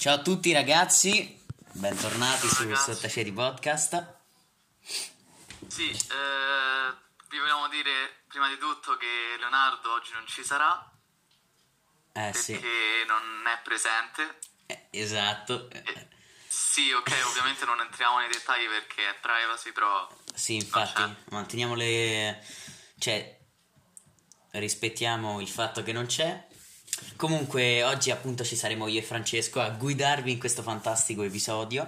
Ciao a tutti ragazzi, bentornati Ciao su ragazzi. Sottaceti Podcast. Sì, vi vogliamo dire prima di tutto che Leonardo oggi non ci sarà Sì, perché non è presente. esatto. Sì, ok, ovviamente non entriamo nei dettagli perché è privacy, però Sì, non c'è. infatti, manteniamo cioè, rispettiamo il fatto che non c'è. Comunque, oggi appunto ci saremo io e Francesco a guidarvi in questo fantastico episodio.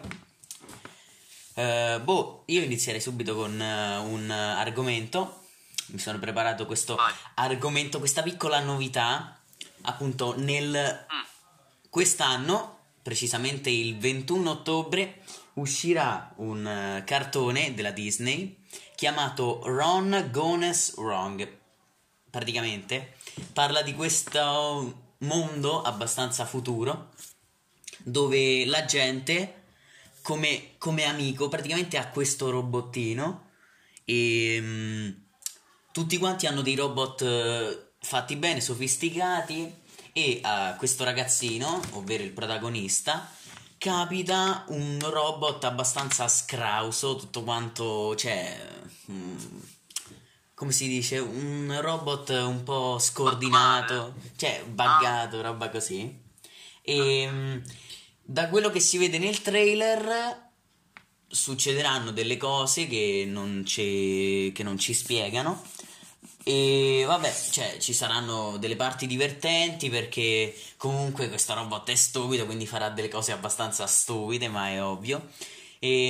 Io inizierei subito con un argomento. Mi sono preparato questo Vai. argomento, questa piccola novità. Appunto, Mm, quest'anno, precisamente il 21 ottobre, uscirà un cartone della Disney chiamato Ron Goes Wrong. Praticamente parla di questo mondo abbastanza futuro dove la gente come amico praticamente ha questo robottino e tutti quanti hanno dei robot fatti bene, sofisticati, e a questo ragazzino, ovvero il protagonista, capita un robot abbastanza scrauso, tutto quanto, cioè, come si dice, un robot un po' fatto male. scordinato, cioè Ah, buggato, roba così. E ok. da quello che si vede nel trailer succederanno delle cose che non ci spiegano. E vabbè, cioè ci saranno delle parti divertenti perché comunque questo robot è stupido, quindi farà delle cose abbastanza stupide, ma è ovvio. E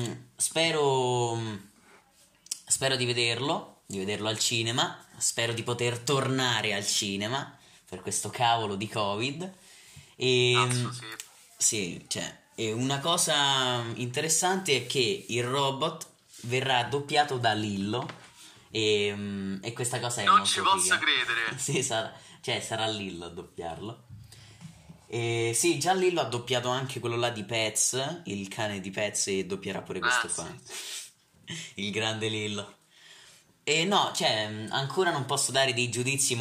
spero di vederlo al cinema. Spero di poter tornare al cinema per questo cavolo di Covid. E Cazzo, sì. sì, cioè, e una cosa interessante è che il robot verrà doppiato da Lillo e questa cosa è Non ci molto posso figa. credere. Sì, sarà Lillo a doppiarlo. E sì, già Lillo ha doppiato anche quello là di Pets, il cane di Pets, e doppierà pure questo qua. Sì. Il grande Lillo. E no, cioè, ancora non posso dare dei giudizi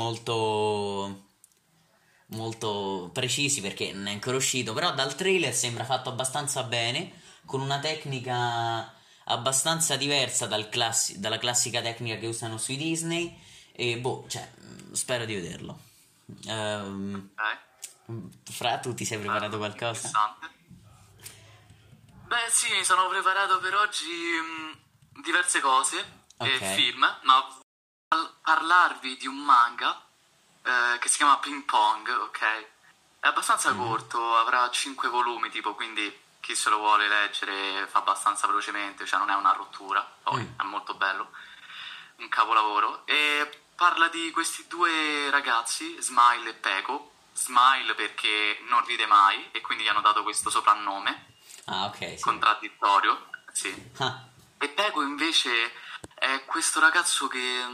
molto precisi perché non è ancora uscito, però dal trailer sembra fatto abbastanza bene, con una tecnica abbastanza diversa dalla classica tecnica che usano sui Disney, e boh, cioè, spero di vederlo. Ehm, Ok, Fra, tu ti sei preparato bello, qualcosa? interessante. Beh, sì, mi sono preparato per oggi diverse cose e Ok. film, ma parlarvi di un manga che si chiama Ping Pong, ok? È abbastanza Mhm. corto, avrà 5 volumi tipo, quindi chi se lo vuole leggere fa abbastanza velocemente, cioè non è una rottura, poi Mm. è molto bello, un capolavoro. E parla di questi due ragazzi, Smile e Peko. Smile perché non ride mai e quindi gli hanno dato questo soprannome Ah, ok, sì. contraddittorio, sì. Ah, E Pego invece è questo ragazzo che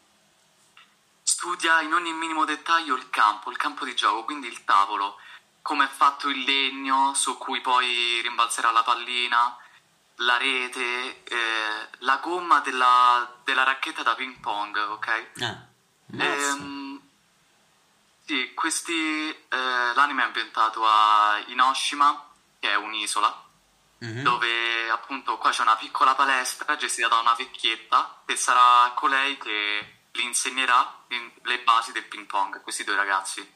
studia in ogni minimo dettaglio il campo di gioco, quindi il tavolo, come è fatto il legno su cui poi rimbalzerà la pallina, la rete, la gomma della racchetta da ping pong, ok? ah, mazza. Ehm, sì, l'anime è ambientato a Inoshima, che è un'isola, Mhm. dove appunto qua c'è una piccola palestra gestita da una vecchietta che sarà colei che gli insegnerà le basi del ping pong a questi due ragazzi.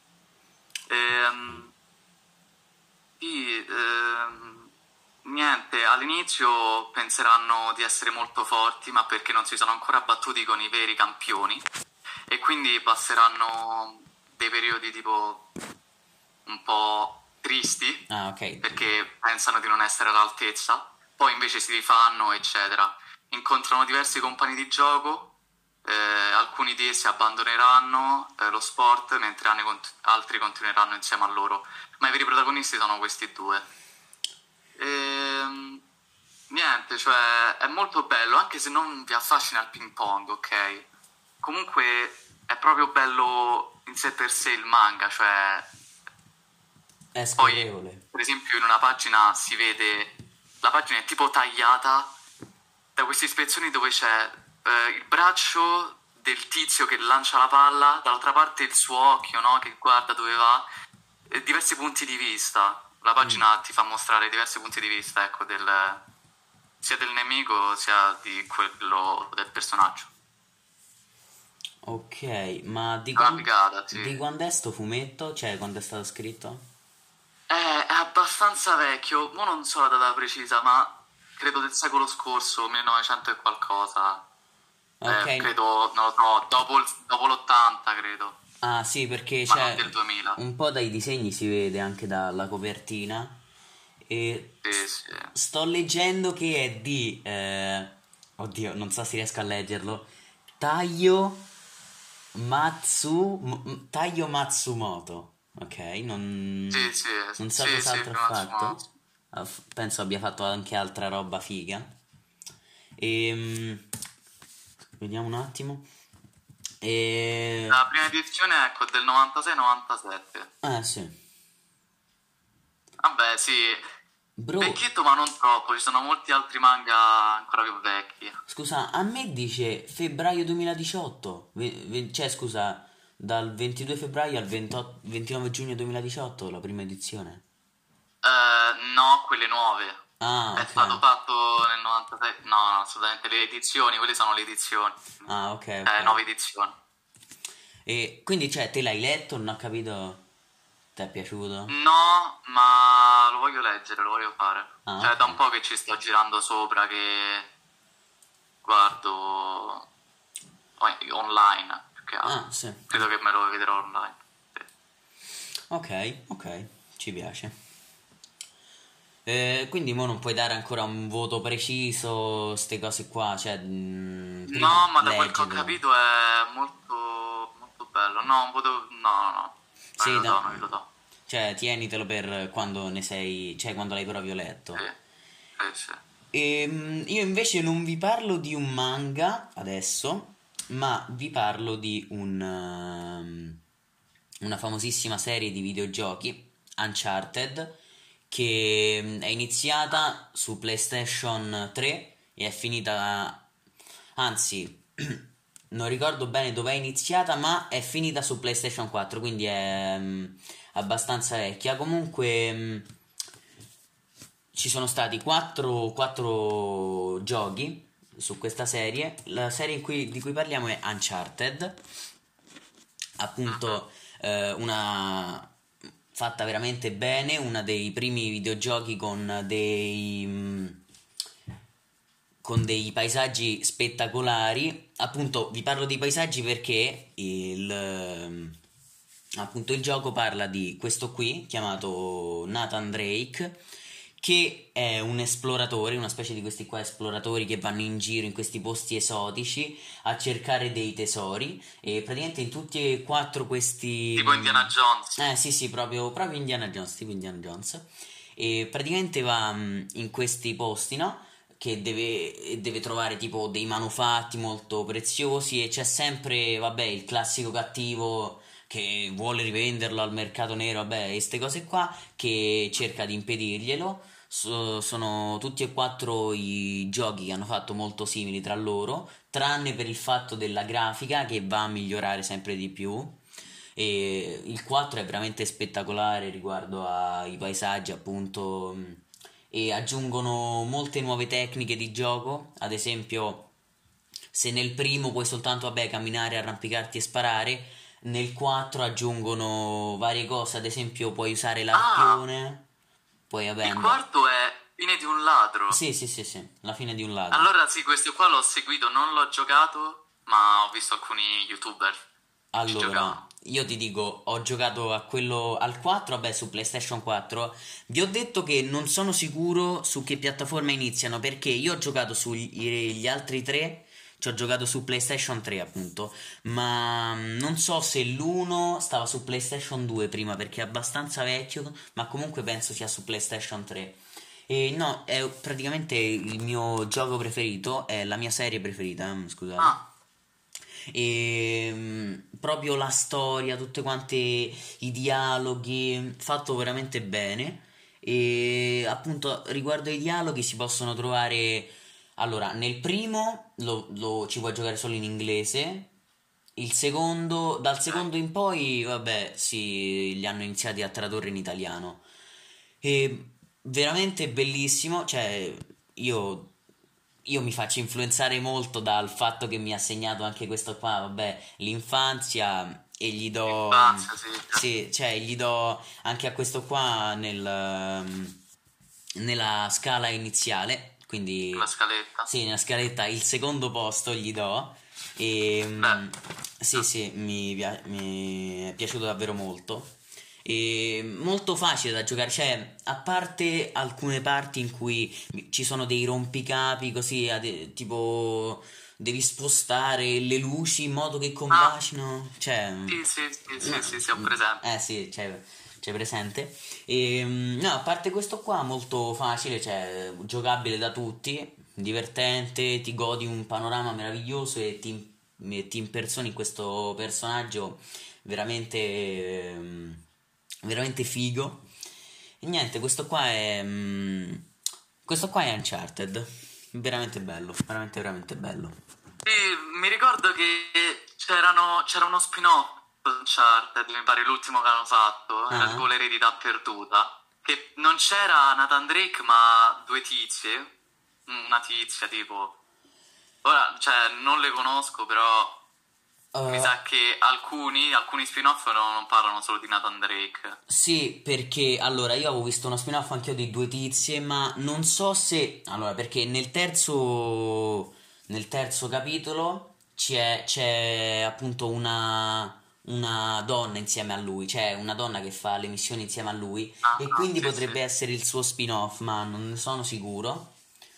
Ehm, sì, niente, all'inizio penseranno di essere molto forti, ma perché non si sono ancora battuti con i veri campioni e quindi passeranno dei periodi tipo un po' tristi Ah, ok. perché pensano di non essere all'altezza, poi invece si rifanno, eccetera. Incontrano diversi compagni di gioco, alcuni di essi abbandoneranno lo sport mentre altri continueranno insieme a loro, ma i veri protagonisti sono questi due. Ehm, niente, cioè è molto bello, anche se non vi affascina il ping pong, ok? Comunque è proprio bello in sé per sé il manga, cioè È poi, scorrevole. per esempio, in una pagina si vede, la pagina è tipo tagliata da queste ispezioni dove c'è il braccio del tizio che lancia la palla, dall'altra parte il suo occhio, no? Che guarda dove va, e diversi punti di vista. La Mm. pagina ti fa mostrare diversi punti di vista, ecco, sia del nemico sia di quello del personaggio. Ok, ma È una figata, sì. di quando è sto fumetto? Cioè, quando è stato scritto? È abbastanza vecchio, mo non so la data precisa, ma credo del secolo scorso, 1900 e qualcosa. Ok. Credo, non lo so, dopo l'80, credo, Ah, sì, perché ma non c'è del 2000. un po' dai disegni si vede anche dalla copertina. E Sì, sì. sto leggendo che è di... oddio, non so se riesco a leggerlo. Taio Taio Matsumoto. Ok, Sì, sì, non so sì, sì, cos'altro ha fatto. Matsumoto. Penso abbia fatto anche altra roba figa. Vediamo un attimo. E... La prima edizione, ecco, del 96-97. Sì. Vabbè, sì, Bro, vecchietto ma non troppo, ci sono molti altri manga ancora più vecchi. scusa, a me dice febbraio 2018. Cioè, scusa, dal 22 febbraio al 29 giugno 2018, la prima edizione. No, quelle nuove. Ah, È ok. stato fatto nel 96. No, no, assolutamente le edizioni, quelle sono le edizioni. Ah, ok, ok. Nuove edizioni. E quindi, cioè, te l'hai letto? Non ho capito. Ti è piaciuto? No, ma lo voglio leggere, lo voglio fare. Ah, Cioè, ok. da un po' che ci sto girando sopra, che guardo online, più che altro. Ah, sì. Credo che me lo vedrò online. Sì. Ok, ok, ci piace. Quindi mo non puoi dare ancora un voto preciso, ste cose qua, cioè, prima No, ma da quel che ho leggitelo. capito è molto, molto bello. No, no, no, no. Non Sì, glielo do, non glielo do. cioè, tienitelo per quando ne sei, cioè, quando l'hai proprio letto. Sì, sì, sì. Io invece non vi parlo di un manga adesso, ma vi parlo di una famosissima serie di videogiochi, Uncharted, che è iniziata su PlayStation 3 e è finita, anzi, non ricordo bene dove è iniziata, ma è finita su PlayStation 4, quindi è abbastanza vecchia. Comunque, ci sono stati quattro giochi su questa serie. La serie di cui parliamo è Uncharted, Mhm. appunto una fatta veramente bene, uno dei primi videogiochi con dei paesaggi spettacolari. Appunto, vi parlo di paesaggi perché appunto, il gioco parla di questo qui chiamato Nathan Drake, che è un esploratore, una specie di questi qua esploratori che vanno in giro in questi posti esotici a cercare dei tesori. E praticamente in tutti e quattro questi... Tipo Indiana Jones. sì, sì, proprio Indiana Jones, tipo Indiana Jones. E praticamente va in questi posti, no? Che deve trovare tipo dei manufatti molto preziosi e c'è sempre, vabbè, il classico cattivo che vuole rivenderlo al mercato nero, vabbè, e queste cose qua, che cerca di impedirglielo. Sono tutti e quattro i giochi che hanno fatto molto simili tra loro, tranne per il fatto della grafica che va a migliorare sempre di più. E il 4 è veramente spettacolare riguardo ai paesaggi, appunto, e aggiungono molte nuove tecniche di gioco. Ad esempio, se nel primo puoi soltanto, vabbè, camminare, arrampicarti e sparare, nel 4 aggiungono varie cose. Ad esempio, puoi usare Ah, l'arpione, puoi, vabbè, il andare... quarto è Fine di un ladro. Sì, sì, sì, sì, la fine di un ladro. Allora sì, questo qua l'ho seguito, non l'ho giocato, ma ho visto alcuni YouTuber che ci Allora, giocavano. io ti dico, ho giocato a quello al 4, vabbè, su PlayStation 4. Vi ho detto che non sono sicuro su che piattaforma iniziano perché io ho giocato sugli altri tre, ci ho giocato su PlayStation 3, appunto, ma non so se l'uno stava su PlayStation 2 prima perché è abbastanza vecchio, ma comunque penso sia su PlayStation 3. E no, è praticamente il mio gioco preferito, è la mia serie preferita, scusate. Ah, E proprio la storia, tutte quante i dialoghi, fatto veramente bene. E appunto riguardo ai dialoghi si possono trovare. Allora, nel primo ci puoi giocare solo in inglese. Il secondo, dal ok. secondo in poi, vabbè, sì, li hanno iniziati a tradurre in italiano. E veramente bellissimo, cioè io, io mi faccio influenzare molto dal fatto che mi ha segnato anche questo qua, vabbè, l'infanzia e gli do, Infanzia, sì, certo. sì, cioè gli do anche a questo qua nella scala iniziale, La quindi scaletta. sì, nella scaletta il secondo posto gli do e Beh, sì, sì, mi è piaciuto davvero molto. E molto facile da giocare, cioè a parte alcune parti in cui ci sono dei rompicapi così, tipo devi spostare le luci in modo che ah, combacino, cioè sì, sì, sì, sì, sì, no, sì, ho presente. sì, c'è presente. E, no, a parte questo qua, molto facile, cioè giocabile da tutti, divertente, ti godi un panorama meraviglioso e ti impersoni in questo personaggio veramente, veramente figo. E niente, questo qua è Uncharted, veramente bello, veramente, veramente bello. Sì, mi ricordo che c'era uno spin-off di Uncharted, mi pare l'ultimo che hanno fatto, era tipo Ah? l'eredità perduta, che non c'era Nathan Drake ma due tizie, una tizia tipo. Ora, cioè, non le conosco, però mi Uh, sa che alcuni spin-off non parlano solo di Nathan Drake. Sì, perché allora io avevo visto uno spin-off anch'io di due tizie, ma non so se. Allora, perché nel terzo capitolo c'è appunto una donna insieme a lui, cioè una donna che fa le missioni insieme a lui, Ah, e ah, quindi sì, sì. potrebbe essere il suo spin-off, ma non ne sono sicuro.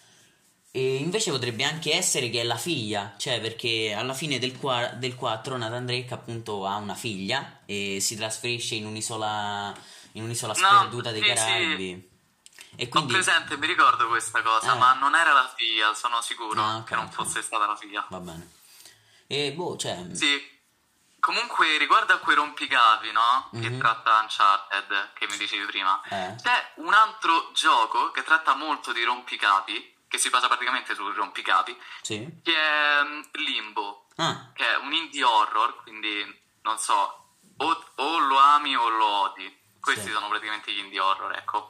E invece potrebbe anche essere che è la figlia, cioè perché alla fine del 4 Nathan Drake appunto ha una figlia e si trasferisce in un'isola No, sperduta dei sì, sì, Caraibi. E ho quindi. presente, mi ricordo questa cosa, Eh, ma non era la figlia, sono ah, sicuro ok, che non ok, fosse stata la figlia. va bene. E boh, cioè. Sì, comunque riguardo a quei rompicapi, no? Che Mhm, tratta Uncharted, che mi dicevi prima, eh, c'è un altro gioco che tratta molto di rompicapi, che si basa praticamente sui rompicapi, sì. che è Limbo, Ah, che è un indie horror, quindi non so, o lo ami o lo odi. sì. Questi sono praticamente gli indie horror, ecco.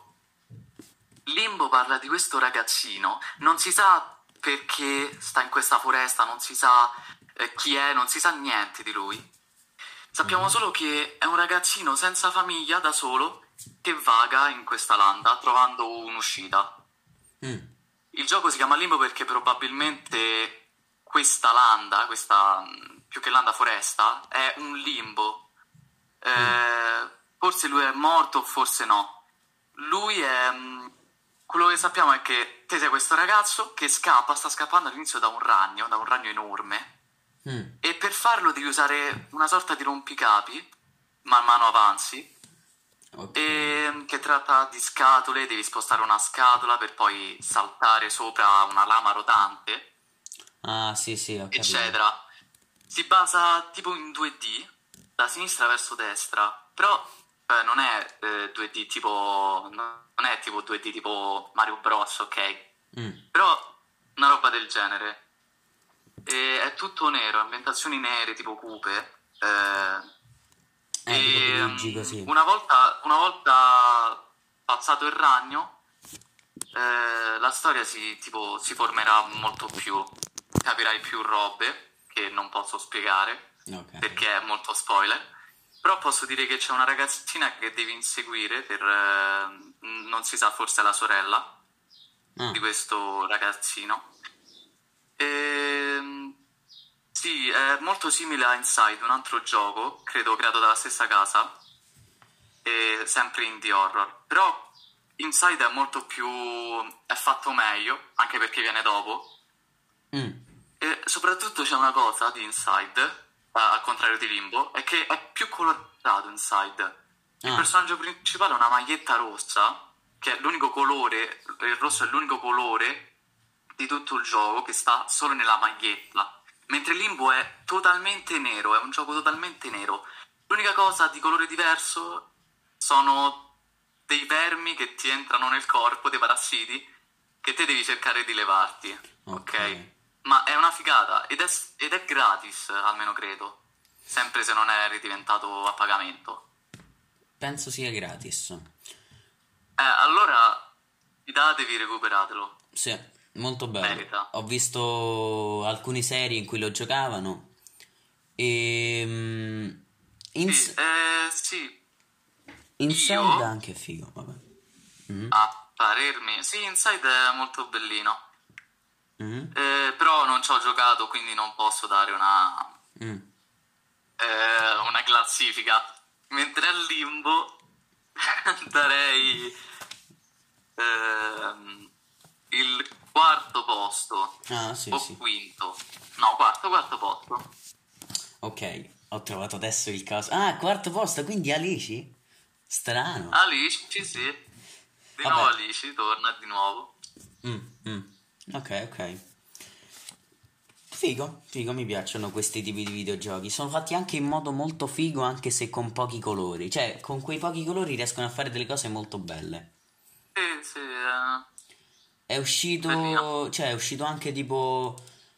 Limbo parla di questo ragazzino, non si sa perché sta in questa foresta, non si sa chi è, non si sa niente di lui. Sappiamo Mhm, solo che è un ragazzino senza famiglia, da solo, che vaga in questa landa trovando un'uscita. mm, Il gioco si chiama Limbo perché probabilmente questa landa, questa più che landa foresta, è un limbo. mm, Forse lui è morto, forse no. Lui è. Quello che sappiamo è che te sei questo ragazzo che scappa, sta scappando all'inizio da un ragno enorme, mm, e per farlo devi usare una sorta di rompicapi, man mano avanzi, ok. e che tratta di scatole, devi spostare una scatola per poi saltare sopra una lama rotante, Ah, sì, sì, ho capito. eccetera. Si basa tipo in 2D, da sinistra verso destra, però non è 2D tipo, non è tipo 2D tipo Mario Bros, ok? Mm, Però una roba del genere. E è tutto nero, ambientazioni nere tipo cupe. tipo E grigi così. una volta passato il ragno, la storia si formerà molto più, capirai più robe che non posso spiegare Ok. perché è molto spoiler. Però posso dire che c'è una ragazzina che devi inseguire per, non si sa, forse è la sorella di Ah, questo ragazzino. Ehm, sì, è molto simile a Inside, un altro gioco, credo creato dalla stessa casa, e sempre indie horror. Però Inside è molto più. È fatto meglio, anche perché viene dopo. mm, E soprattutto c'è una cosa di Inside, al contrario di Limbo, è che è più colorato Inside. Il ah, personaggio principale ha una maglietta rossa, che è l'unico colore, il rosso è l'unico colore di tutto il gioco che sta solo nella maglietta. Mentre Limbo è totalmente nero, è un gioco totalmente nero. L'unica cosa di colore diverso sono dei vermi che ti entrano nel corpo, dei parassiti, che te devi cercare di levarti, ok. ok? Ma è una figata ed è gratis, almeno credo. Sempre se non è ridiventato a pagamento. Penso sia gratis. Allora, fidatevi, recuperatelo. Sì, molto bello. Merita. Ho visto alcune serie in cui lo giocavano e Sì, sì, Inside io, anche è figo, vabbè. Mhm, a parermi, sì, Inside è molto bellino. mhm, Però non ci ho giocato, quindi non posso dare mm. una classifica. Mentre al Limbo darei ehm, il quarto posto Ah, sì, o sì. quinto. No, quarto posto. Ok, ho trovato adesso il caso. Ah, quarto posto, quindi Alici? Strano. Alici, sì. Di nuovo Vabbè. Alici, torna di nuovo. Mm, mm. Ok, ok. Figo, figo, mi piacciono questi tipi di videogiochi. Sono fatti anche in modo molto figo, anche se con pochi colori. Cioè, con quei pochi colori riescono a fare delle cose molto belle. Sì, sì, È bellino. uscito, cioè, è uscito anche tipo,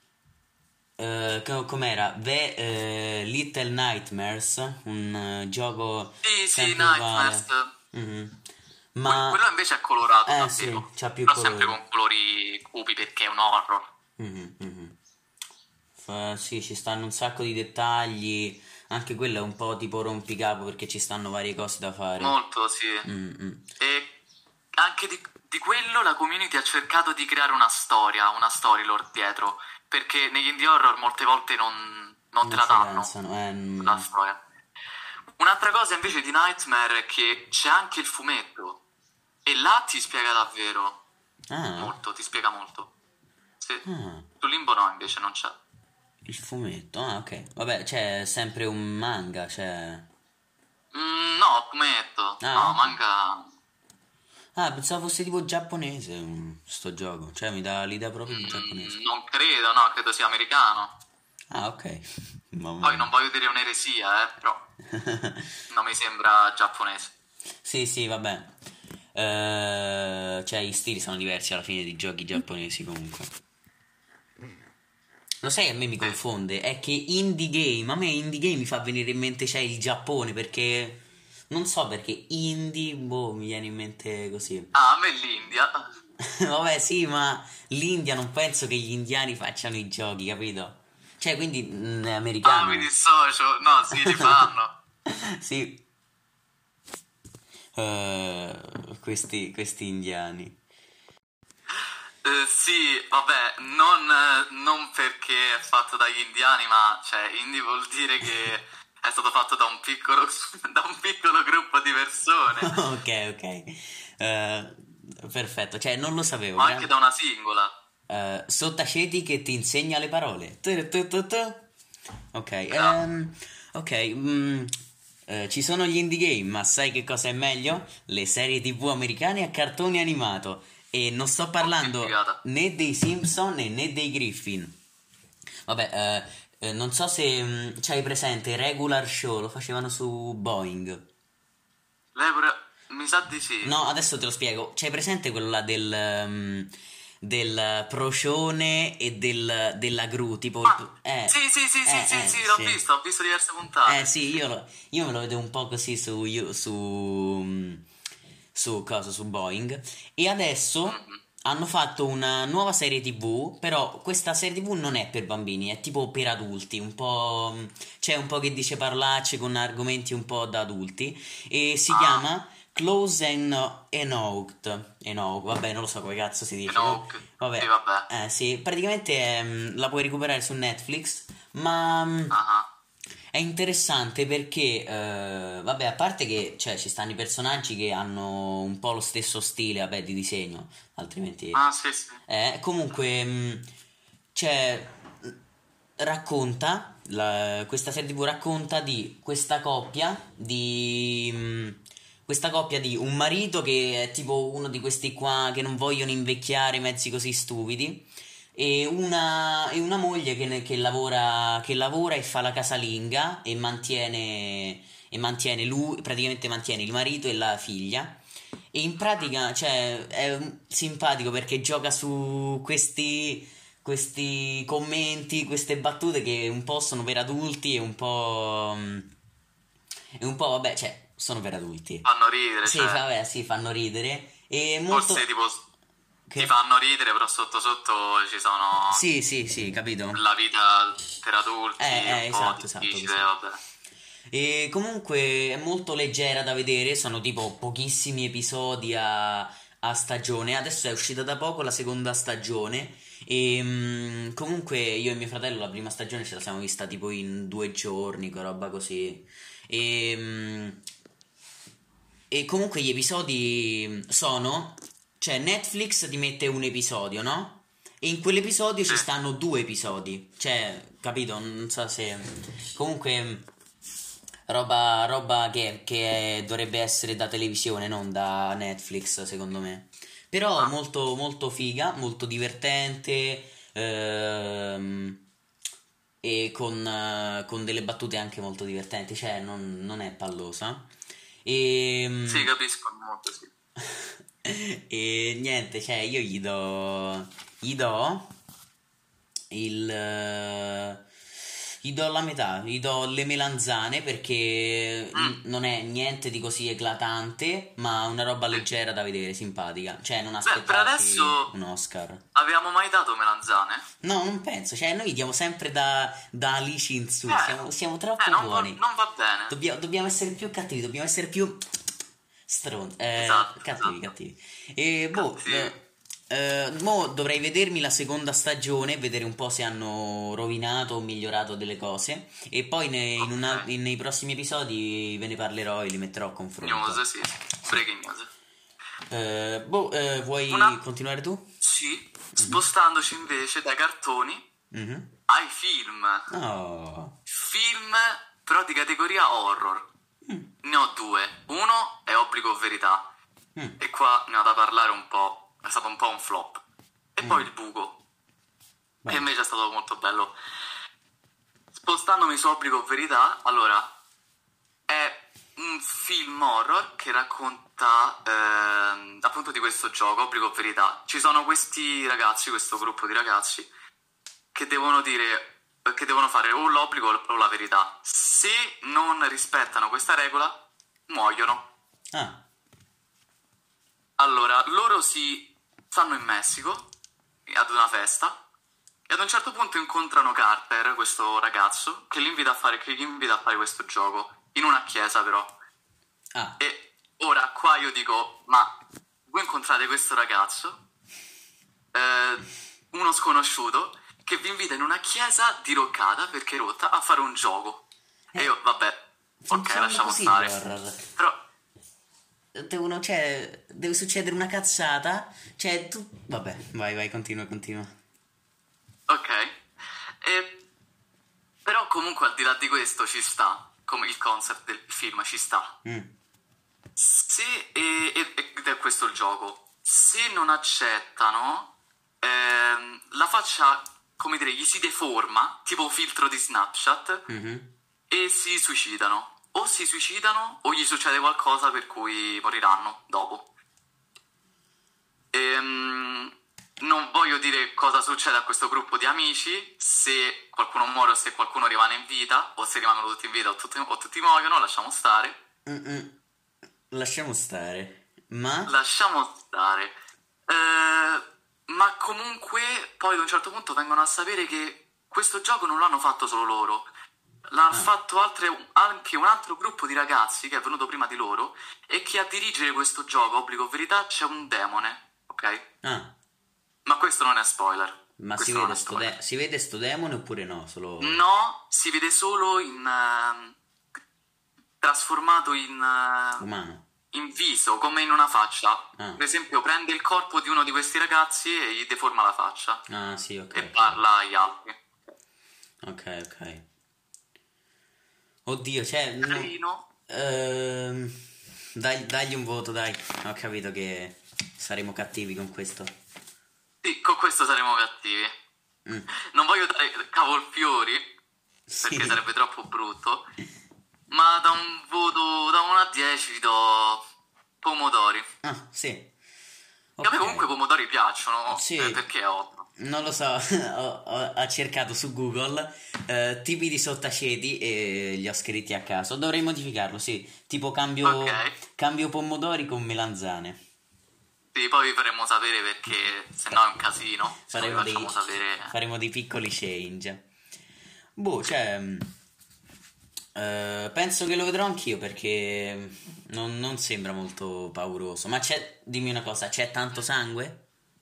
com'era? Little Nightmares, un gioco Sì, sì, sempre Nightmares. uguale. Mhm. Ma, Quello invece è colorato sì, davvero, c'ha più però sempre colori. con colori cupi perché è un horror. Mhm, mhm. Sì, ci stanno un sacco di dettagli. Anche quello è un po' tipo rompicapo perché ci stanno varie cose da fare. Molto, sì. Mm, mm. E anche di quello la community ha cercato di creare una storyline dietro, perché negli indie horror molte volte non te Non la ci danno, pensano. la storia. Un'altra cosa invece di Nightmare è che c'è anche il fumetto, e là ti spiega davvero Ah, molto, ti spiega molto. Sì. ah, Su Limbo no, invece non c'è. il fumetto. Ah, ok. Vabbè, c'è sempre un manga, c'è. No, fumetto. Ah, No, ok. manga. Ah, pensavo fosse tipo giapponese, sto gioco. Cioè, mi dà l'idea proprio di giapponese. Non credo, no, credo sia americano. Ah, ok. Mamma Poi mia. non voglio dire un'eresia, però non mi sembra giapponese. Sì, sì, vabbè. Cioè, i stili sono diversi alla fine di giochi giapponesi comunque. Lo sai, a me mi Sì. confonde, è che indie game, a me indie game mi fa venire in mente c'è il Giappone perché non so perché indie, boh, mi viene in mente così. Ah, a me l'India. Vabbè, sì, ma l'India non penso che gli indiani facciano i giochi, capito? Cioè, quindi è Ah, mi americano. dissocio. No, sì, li fanno. Sì, questi indiani. Sì, vabbè, non perché è fatto dagli indiani, ma cioè, indie vuol dire che è stato fatto da un piccolo, da un piccolo gruppo di persone, Ok, ok. Eh, perfetto, cioè non lo sapevo. ma anche da una singola. Sottaceti che ti insegna le parole. Ok, Bravo. ok. Ci sono gli indie game, ma sai che cosa è meglio? Le serie TV americane a cartone animato. E non sto Oh, che parlando figata. né dei Simpson né dei Griffin. Vabbè, non so se c'hai presente Regular Show, lo facevano su Boeing. Mi sa di sì. No, adesso te lo spiego. C'hai presente quello là del procione e della gru, tipo il. Ah, sì, sì, sì, sì, sì, sì, Sì. ho visto diverse puntate. Sì, io me lo vedo un po' così su Boeing. E adesso Mhm. hanno fatto una nuova serie TV, però questa serie TV non è per bambini, è tipo per adulti, un po'. C'è un po' che dice parolacce con argomenti un po' da adulti. E si Ah, chiama Close and Enoughed. Enough, vabbè, non lo so come cazzo si dice. Enoch. Sì, Vabbè, vabbè. sì, praticamente la puoi recuperare su Netflix, ma Ah, ah. è interessante perché, vabbè, a parte che cioè, ci stanno i personaggi che hanno un po' lo stesso stile, vabbè, di disegno, altrimenti. Ah, sì, sì. Comunque, cioè, racconta, questa serie TV racconta di questa coppia di un marito che è tipo uno di questi qua che non vogliono invecchiare mezzi così stupidi e una moglie che lavora e fa la casalinga e mantiene lui, praticamente mantiene il marito e la figlia. E in pratica, cioè, è simpatico perché gioca su questi commenti, queste battute che un po' sono per adulti e un po', vabbè, cioè, sono per adulti. Fanno ridere, Sì, cioè. vabbè, sì, fanno ridere. E molto... Forse tipo ti Che? fanno ridere, però sotto sotto ci sono Sì, sì, sì, capito. la vita per adulti, un po' Esatto, esatto, difficile, così. vabbè. E comunque è molto leggera da vedere, sono tipo pochissimi episodi a stagione. Adesso è uscita da poco la seconda stagione. E comunque io e mio fratello la prima stagione ce la siamo vista tipo in 2 giorni, con roba così. E, e comunque gli episodi sono, cioè Netflix ti mette un episodio, no? E in quell'episodio Sì. ci stanno 2 episodi. Cioè, capito? Non so se... Comunque, roba che dovrebbe essere da televisione, non da Netflix, secondo me. Però Ah, molto, molto figa, molto divertente. E con delle battute anche molto divertenti. Cioè, non è pallosa. sì, E... capisco molto, sì. E niente, cioè io gli do il gli do la metà, gli do le melanzane perché Mm, non è niente di così eclatante, ma una roba sì. leggera da vedere, simpatica. Cioè, non Beh, per aspettarti un adesso Oscar. abbiamo mai dato melanzane? No, non penso, cioè noi diamo sempre da Alici in su, siamo troppo buoni. Non va bene. Dobbiamo essere più cattivi, dobbiamo essere più Esatto, cattivi, esatto. cattivi. E boh, Cattivi. mo dovrei vedermi la seconda stagione, vedere un po' se hanno rovinato o migliorato delle cose. E poi Ok. nei prossimi episodi ve ne parlerò e li metterò a News, confronto. sì. Breaking news. Vuoi Una... continuare tu? Sì, Mhm, spostandoci invece dai cartoni mhm. ai film. Oh. Film però di categoria horror. Mm, Ne ho due. Uno è Obbligo o Verità. mm, E qua ne ho da parlare un po'. È stato un po' un flop. E poi mm. Il Buco, che Vai. invece è stato molto bello. Spostandomi su Obbligo o Verità, allora, è un film horror che racconta appunto di questo gioco, Obbligo o Verità. Ci sono questi ragazzi, questo gruppo di ragazzi, che devono dire, che devono fare o l'obbligo o la verità. Se non rispettano questa regola, muoiono. Ah, Allora, loro si stanno in Messico ad una festa e ad un certo punto incontrano Carter, questo ragazzo, che li invita a fare questo gioco, in una chiesa però. ah. E ora qua io dico, ma voi incontrate questo ragazzo, eh, uno sconosciuto, che vi invita in una chiesa diroccata perché è rotta a fare un gioco. E Eh, io, vabbè, ok, funzionano lasciamo così gli stare. horror. Però, Cioè, deve succedere una cazzata. Cioè, tu. Vabbè, vai, continua, continua. ok. E, però comunque al di là di questo ci sta, come il concept del film ci sta. Mm. Ed è questo il gioco. Se non accettano, la faccia, come dire, gli si deforma, tipo un filtro di Snapchat, Mhm. e si suicidano. O si suicidano o gli succede qualcosa per cui moriranno dopo. Non voglio dire cosa succede a questo gruppo di amici, se qualcuno muore o se qualcuno rimane in vita, o se rimangono tutti in vita o tutti muoiono, lasciamo stare. Mm-mm. Lasciamo stare. Ma. Lasciamo stare. Ma comunque poi ad un certo punto vengono a sapere che questo gioco non l'hanno fatto solo loro. L'ha Ah, fatto anche un altro gruppo di ragazzi che è venuto prima di loro e che a dirigere questo gioco, Obbligo o Verità, c'è un demone, ok? ah. Ma questo non è spoiler. Ma Questo non è spoiler. si vede sto demone oppure no? Solo No, si vede solo trasformato umano. in viso, come in una faccia. Ah, Per esempio, prende il corpo di uno di questi ragazzi e gli deforma la faccia ah, sì, ok, e ok. parla agli altri. Ok, ok. Oddio, cioè. Carino. Dagli un voto, dai. Ho capito che saremo cattivi con questo. Sì, con questo saremo cattivi. Mm. Non voglio dare cavolfiori, perché Sì. sarebbe troppo brutto, ma da un voto da 1 a 10 vi do pomodori. Ah, sì. Che a me comunque i Ok. pomodori piacciono, Sì. perché è 8. Non lo so, ho cercato su Google tipi di sottaceti e li ho scritti a caso. Dovrei modificarlo, sì. Tipo Ok, cambio pomodori con melanzane. Sì, poi vi faremo sapere perché se no è un casino. Se non vi Faremo dei, facciamo sapere. faremo dei piccoli change. Boh, cioè, penso che lo vedrò anch'io perché non sembra molto pauroso. Ma dimmi una cosa, c'è tanto sangue?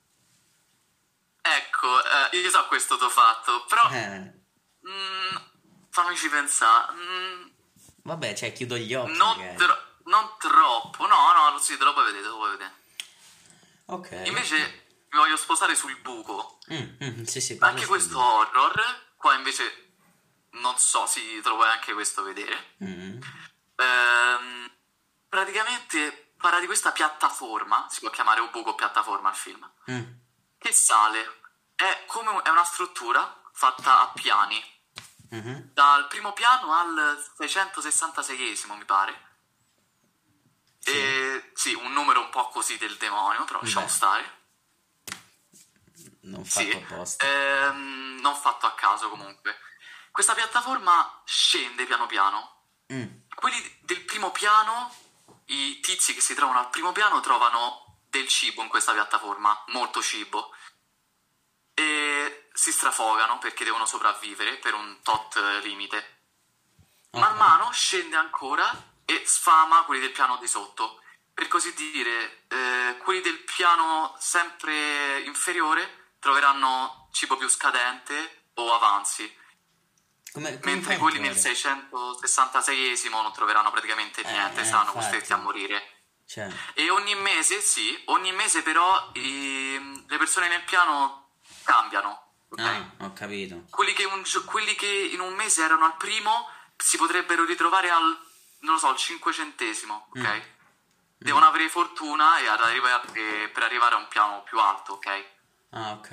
Ecco, io so questo tuo fatto, però Eh, mm, fammici pensare. vabbè, cioè, chiudo gli occhi Non, magari. non troppo, no, no, sì, te lo puoi vedere, te lo puoi vedere. Ok, ok. Invece mi voglio sposare sul buco. Sì, sì, parla Anche questo subito. horror, qua invece non so, sì, te lo puoi anche questo vedere. Mm, Ehm, praticamente parla di questa piattaforma, si può chiamare un buco piattaforma al film, mm, che sale. È una struttura fatta a piani, mhm. dal primo piano al 666esimo, mi pare. Sì, E sì, un numero un po' così del demonio, però lasciamo beh, stare. non Sì, fatto apposta. non fatto a caso comunque. Questa piattaforma scende piano piano. Mm, Quelli del primo piano, i tizi che si trovano al primo piano, trovano del cibo in questa piattaforma, molto cibo, e si strafogano perché devono sopravvivere per un tot limite. ok. Man mano scende ancora e sfama quelli del piano di sotto. Per così dire, quelli del piano sempre inferiore troveranno cibo più scadente o avanzi, Come mentre fai a quelli nel trovare? 666esimo non troveranno praticamente niente, saranno costretti a Infatti, morire. cioè, E ogni mese, sì, ogni mese però le persone nel piano cambiano, ok? ho capito. Quelli che in un mese erano al primo si potrebbero ritrovare al, non lo so, al 500esimo, Mm, ok? mm. Devono avere fortuna e per arrivare a un piano più alto, ok? Ah, ok.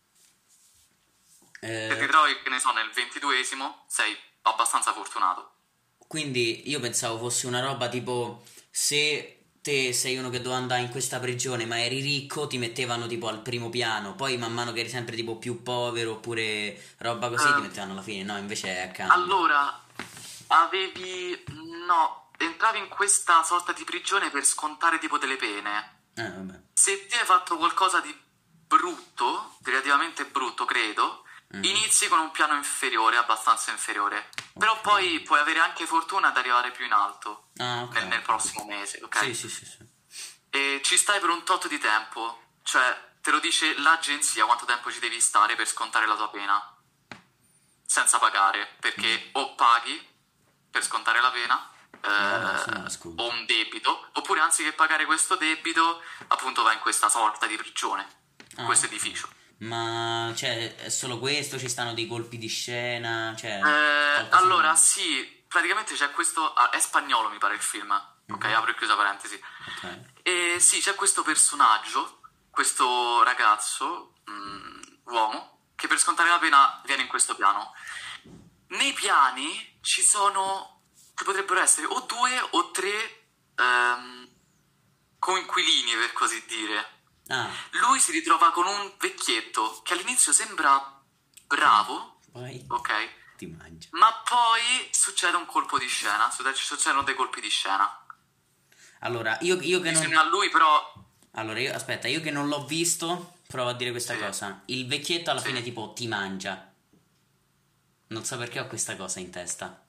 Se ti Eh, trovi, che ne so, nel 22esimo, sei abbastanza fortunato. quindi io pensavo fosse una roba tipo se te sei uno che doveva andare in questa prigione ma eri ricco ti mettevano tipo al primo piano, poi man mano che eri sempre tipo più povero oppure roba così ti Eh, mettevano alla fine, no, invece è a cambio. allora, avevi... no, entravi in questa sorta di prigione per scontare tipo delle pene. Vabbè. Se ti hai fatto qualcosa di brutto, relativamente brutto, credo, Mhm. inizi con un piano inferiore, abbastanza inferiore. Però Ok. poi puoi avere anche fortuna ad arrivare più in alto Ah, ok, nel ok. prossimo mese, Sì, ok? sì, sì, sì. E ci stai per un tot di tempo, cioè te lo dice l'agenzia quanto tempo ci devi stare per scontare la tua pena, senza pagare, Mm. perché o paghi per scontare la pena, Vabbè, se no o sconti. un debito, oppure anziché pagare questo debito, appunto vai in questa sorta di prigione, in Ah, questo ok. edificio. Ma cioè è solo questo? Ci stanno dei colpi di scena? Cioè qualcosina. Allora, sì, praticamente c'è questo... è spagnolo, mi pare il film. Ok, Mhm. apro e chiusa parentesi. Ok. E sì, c'è questo personaggio, questo ragazzo, uomo, che per scontare la pena viene in questo piano. Nei piani ci sono... ci potrebbero essere o due o tre coinquilini, per così dire. Ah, Lui si ritrova con un vecchietto che all'inizio sembra ok. bravo, Poi ok? ti mangia. Ma poi succede un colpo di scena, ci succedono dei colpi di scena. Allora, io che non... Insieme a lui però... Allora, aspetta, io che non l'ho visto, provo a dire questa Sì, cosa. Il vecchietto alla sì. fine tipo ti mangia. Non so perché ho questa cosa in testa.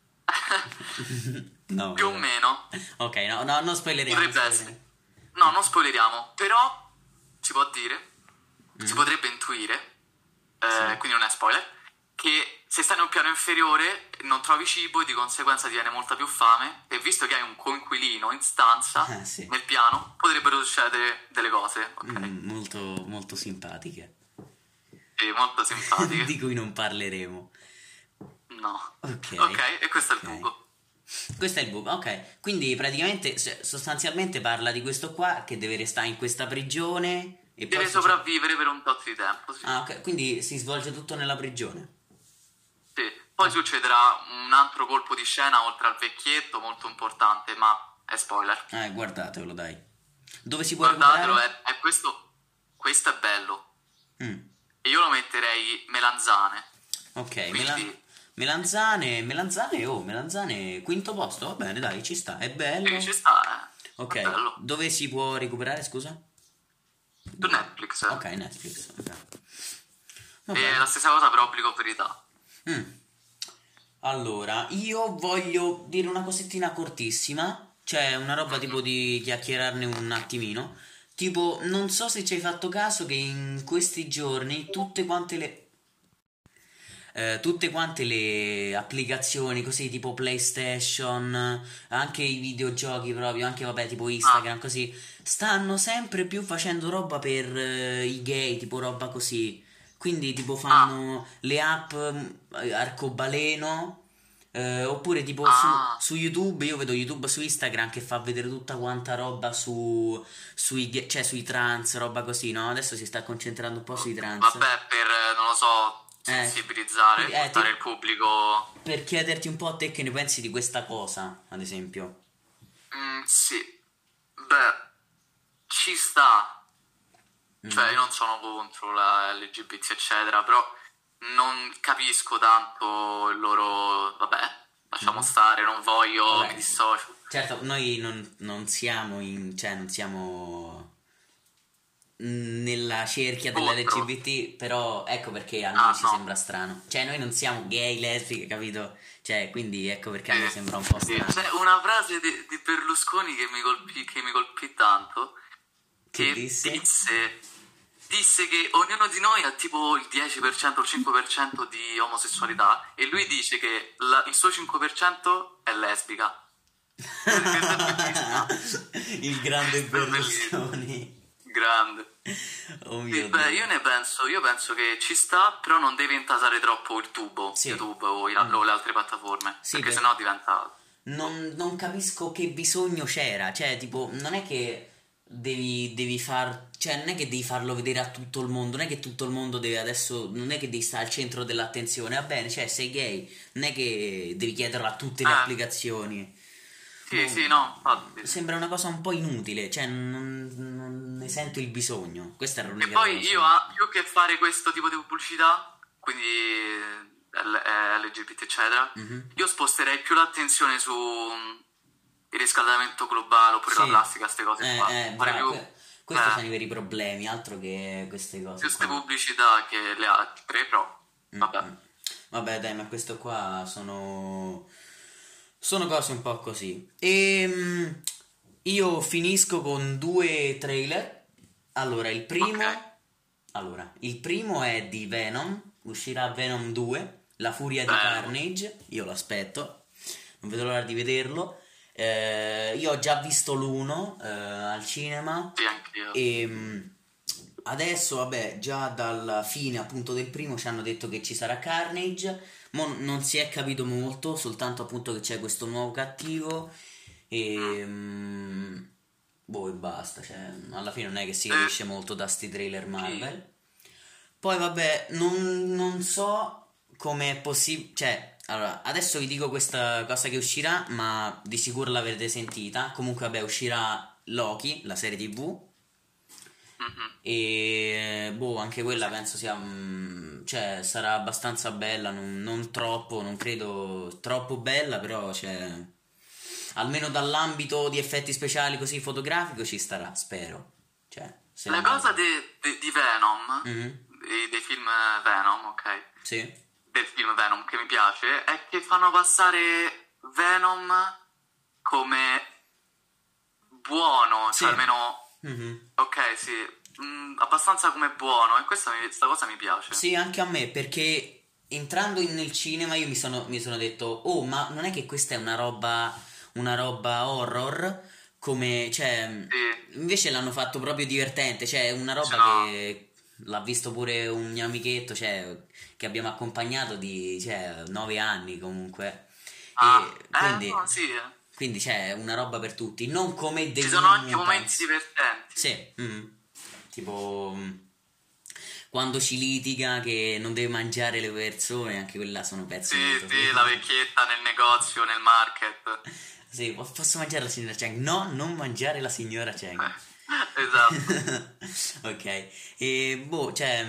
No, Più o vabbè. meno, Ok, no, no, non spoileriamo, non potrebbe spoileriamo. essere. No, non spoileriamo, però si può dire, si Mhm. potrebbe intuire, Sì. quindi non è spoiler, che se stai in un piano inferiore non trovi cibo e di conseguenza ti viene molta più fame e visto che hai un coinquilino in stanza, Ah, sì. nel piano, potrebbero succedere delle cose, ok? Molto, molto simpatiche. Sì, molto simpatiche. Di cui non parleremo. No. Ok, Ok, e questo è il ok. buco. Questo è il buco, ok. Quindi praticamente, sostanzialmente parla di questo qua che deve restare in questa prigione e poi Deve succede... sopravvivere per un tot di tempo, sì. Ah, ok, quindi si svolge tutto nella prigione. Sì. Poi Ah, succederà un altro colpo di scena oltre al vecchietto, molto importante, ma è spoiler. guardatelo, dai. Dove si può Guardatelo, recuperare? è questo. Questo è bello. Mm, E io lo metterei melanzane. ok, Quindi, melanzane, quinto posto, va bene, dai, ci sta, è sì, bello. ci sta, è Ok, bello. dove si può recuperare, scusa? Su Netflix. Ok, Netflix, ok. E Vabbè. la stessa cosa per Obbligo Verità. Mm. Allora, io voglio dire una cosettina cortissima, cioè una roba tipo di chiacchierarne un attimino. Tipo, non so se ci hai fatto caso che in questi giorni tutte quante le applicazioni così tipo PlayStation, anche i videogiochi proprio, anche vabbè tipo Ah, Instagram così, stanno sempre più facendo roba per i gay, tipo roba così. Quindi tipo ah, fanno le app arcobaleno. Oppure tipo ah, su YouTube, io vedo YouTube su Instagram che fa vedere tutta quanta roba cioè sui trans, roba così, no? Adesso si sta concentrando un po' sui trans. vabbè, per, non lo so, Eh, sensibilizzare, portare il te, pubblico. per chiederti un po' te che ne pensi di questa cosa, ad esempio. Sì, beh, ci sta. Cioè, Mm, io non sono contro la LGBT, eccetera, però non capisco tanto il loro. Vabbè, lasciamo mhm. stare, non voglio, mi Vabbè, dissocio. certo, noi non siamo cioè non siamo nella cerchia Contro. dell'LGBT, però ecco perché a noi Ah, ci no. sembra strano. Cioè, noi non siamo gay, lesbiche, capito? Cioè, quindi ecco perché a Sì, noi sembra un po' sì. strano. C'è una frase di Berlusconi che mi colpì tanto, Che che disse? disse che ognuno di noi ha tipo il 10% o il 5% di omosessualità e lui dice che il suo 5% è lesbica. Questa è bellissima. Il grande Questa è bellissima. Berlusconi. Grande. Oh Sì, mio beh, Dio. io penso che ci sta, però non deve intasare troppo il tubo, Sì. YouTube o, Mm. o le altre piattaforme, Sì, perché sennò diventa. Boh. non capisco che bisogno c'era, cioè, tipo, non è che cioè, non è che devi farlo vedere a tutto il mondo, non è che tutto il mondo deve adesso, non è che devi stare al centro dell'attenzione, va bene, cioè, sei gay, non è che devi chiederlo a tutte le Eh, applicazioni. sì, Boh, sì, no, infatti. sembra una cosa un po' inutile, cioè, non ne sento il bisogno, questa era E l'unica poi cosa. io, più che fare questo tipo di pubblicità, quindi LGBT, eccetera, Mhm. io sposterei più l'attenzione su il riscaldamento globale oppure la Sì, plastica, queste cose qua. Fare bravo, più, questi sono i veri problemi, altro che queste cose queste qua. pubblicità che le altre, però, Mm, vabbè. mm. Vabbè, dai, ma questo qua sono cose un po' così. Io finisco con due trailer. Allora, Ok, il primo è di Venom, uscirà Venom 2, La furia di bello. Carnage. Io lo aspetto, non vedo l'ora di vederlo. Io ho già visto l'uno al cinema Sì, anch'io. e adesso, vabbè, già dalla fine appunto del primo ci hanno detto che ci sarà Carnage. Non si è capito molto, soltanto appunto che c'è questo nuovo cattivo Mm. e boh, e basta, cioè alla fine non è che si Eh, capisce molto da sti trailer sì. Marvel. Poi vabbè, non so come è possibile, cioè, allora, adesso vi dico questa cosa che uscirà, ma di sicuro l'avrete sentita. Comunque vabbè, uscirà Loki, la serie TV, Mhm. e boh, anche quella Sì. penso sia, cioè, sarà abbastanza bella, non troppo, non credo troppo bella, però, cioè, almeno dall'ambito di effetti speciali così fotografico ci starà, spero. Cioè, se la La cosa Marvel. di Venom, Mhm, dei film Venom, ok? sì, Del film Venom che mi piace, è che fanno passare Venom come buono, sì. cioè almeno, Mhm. ok, sì, abbastanza come buono, e questa cosa mi piace. Sì, anche a me, perché entrando nel cinema io mi sono detto, oh, ma non è che questa è una roba horror? Come, cioè, Sì, invece l'hanno fatto proprio divertente, cioè, una sì, roba no. che l'ha visto pure un mio amichetto, cioè, che abbiamo accompagnato di, cioè, 9 anni comunque. E Ah, no, quindi, sì, c'è una roba per tutti, non come The ci sono New anche momenti Mutants. divertenti. Sì, tipo quando ci litiga che non deve mangiare le persone, anche quella sono pezzi Sì, molto sì, la fighi. vecchietta nel negozio, nel market. Sì, posso mangiare la signora Cheng? No, non mangiare la signora Cheng. Esatto. Ok, e boh, cioè,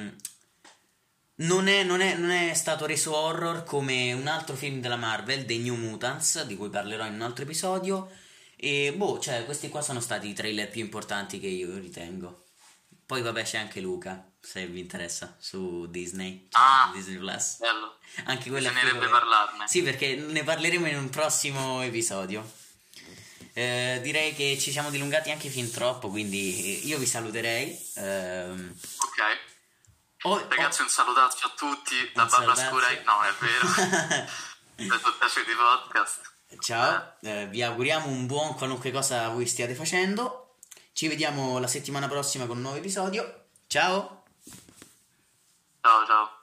non è stato reso horror come un altro film della Marvel, The New Mutants, di cui parlerò in un altro episodio. E boh, cioè, questi qua sono stati i trailer più importanti che io ritengo. Poi vabbè c'è anche Luca, se vi interessa, su Disney, cioè Ah, Disney Plus. bello. Anche quello è figo. Bisognerebbe parlarne. Sì, perché ne parleremo in un prossimo episodio. Direi che ci siamo dilungati anche fin troppo, quindi io vi saluterei. Ok. Oh, Ragazzi, un salutaccio a tutti da un Barbara salutaccio. Scurai. No, è vero. Da Sottaci di Podcast. Ciao, vi auguriamo un buon qualunque cosa voi stiate facendo. Ci vediamo la settimana prossima con un nuovo episodio. Ciao! Ciao, ciao.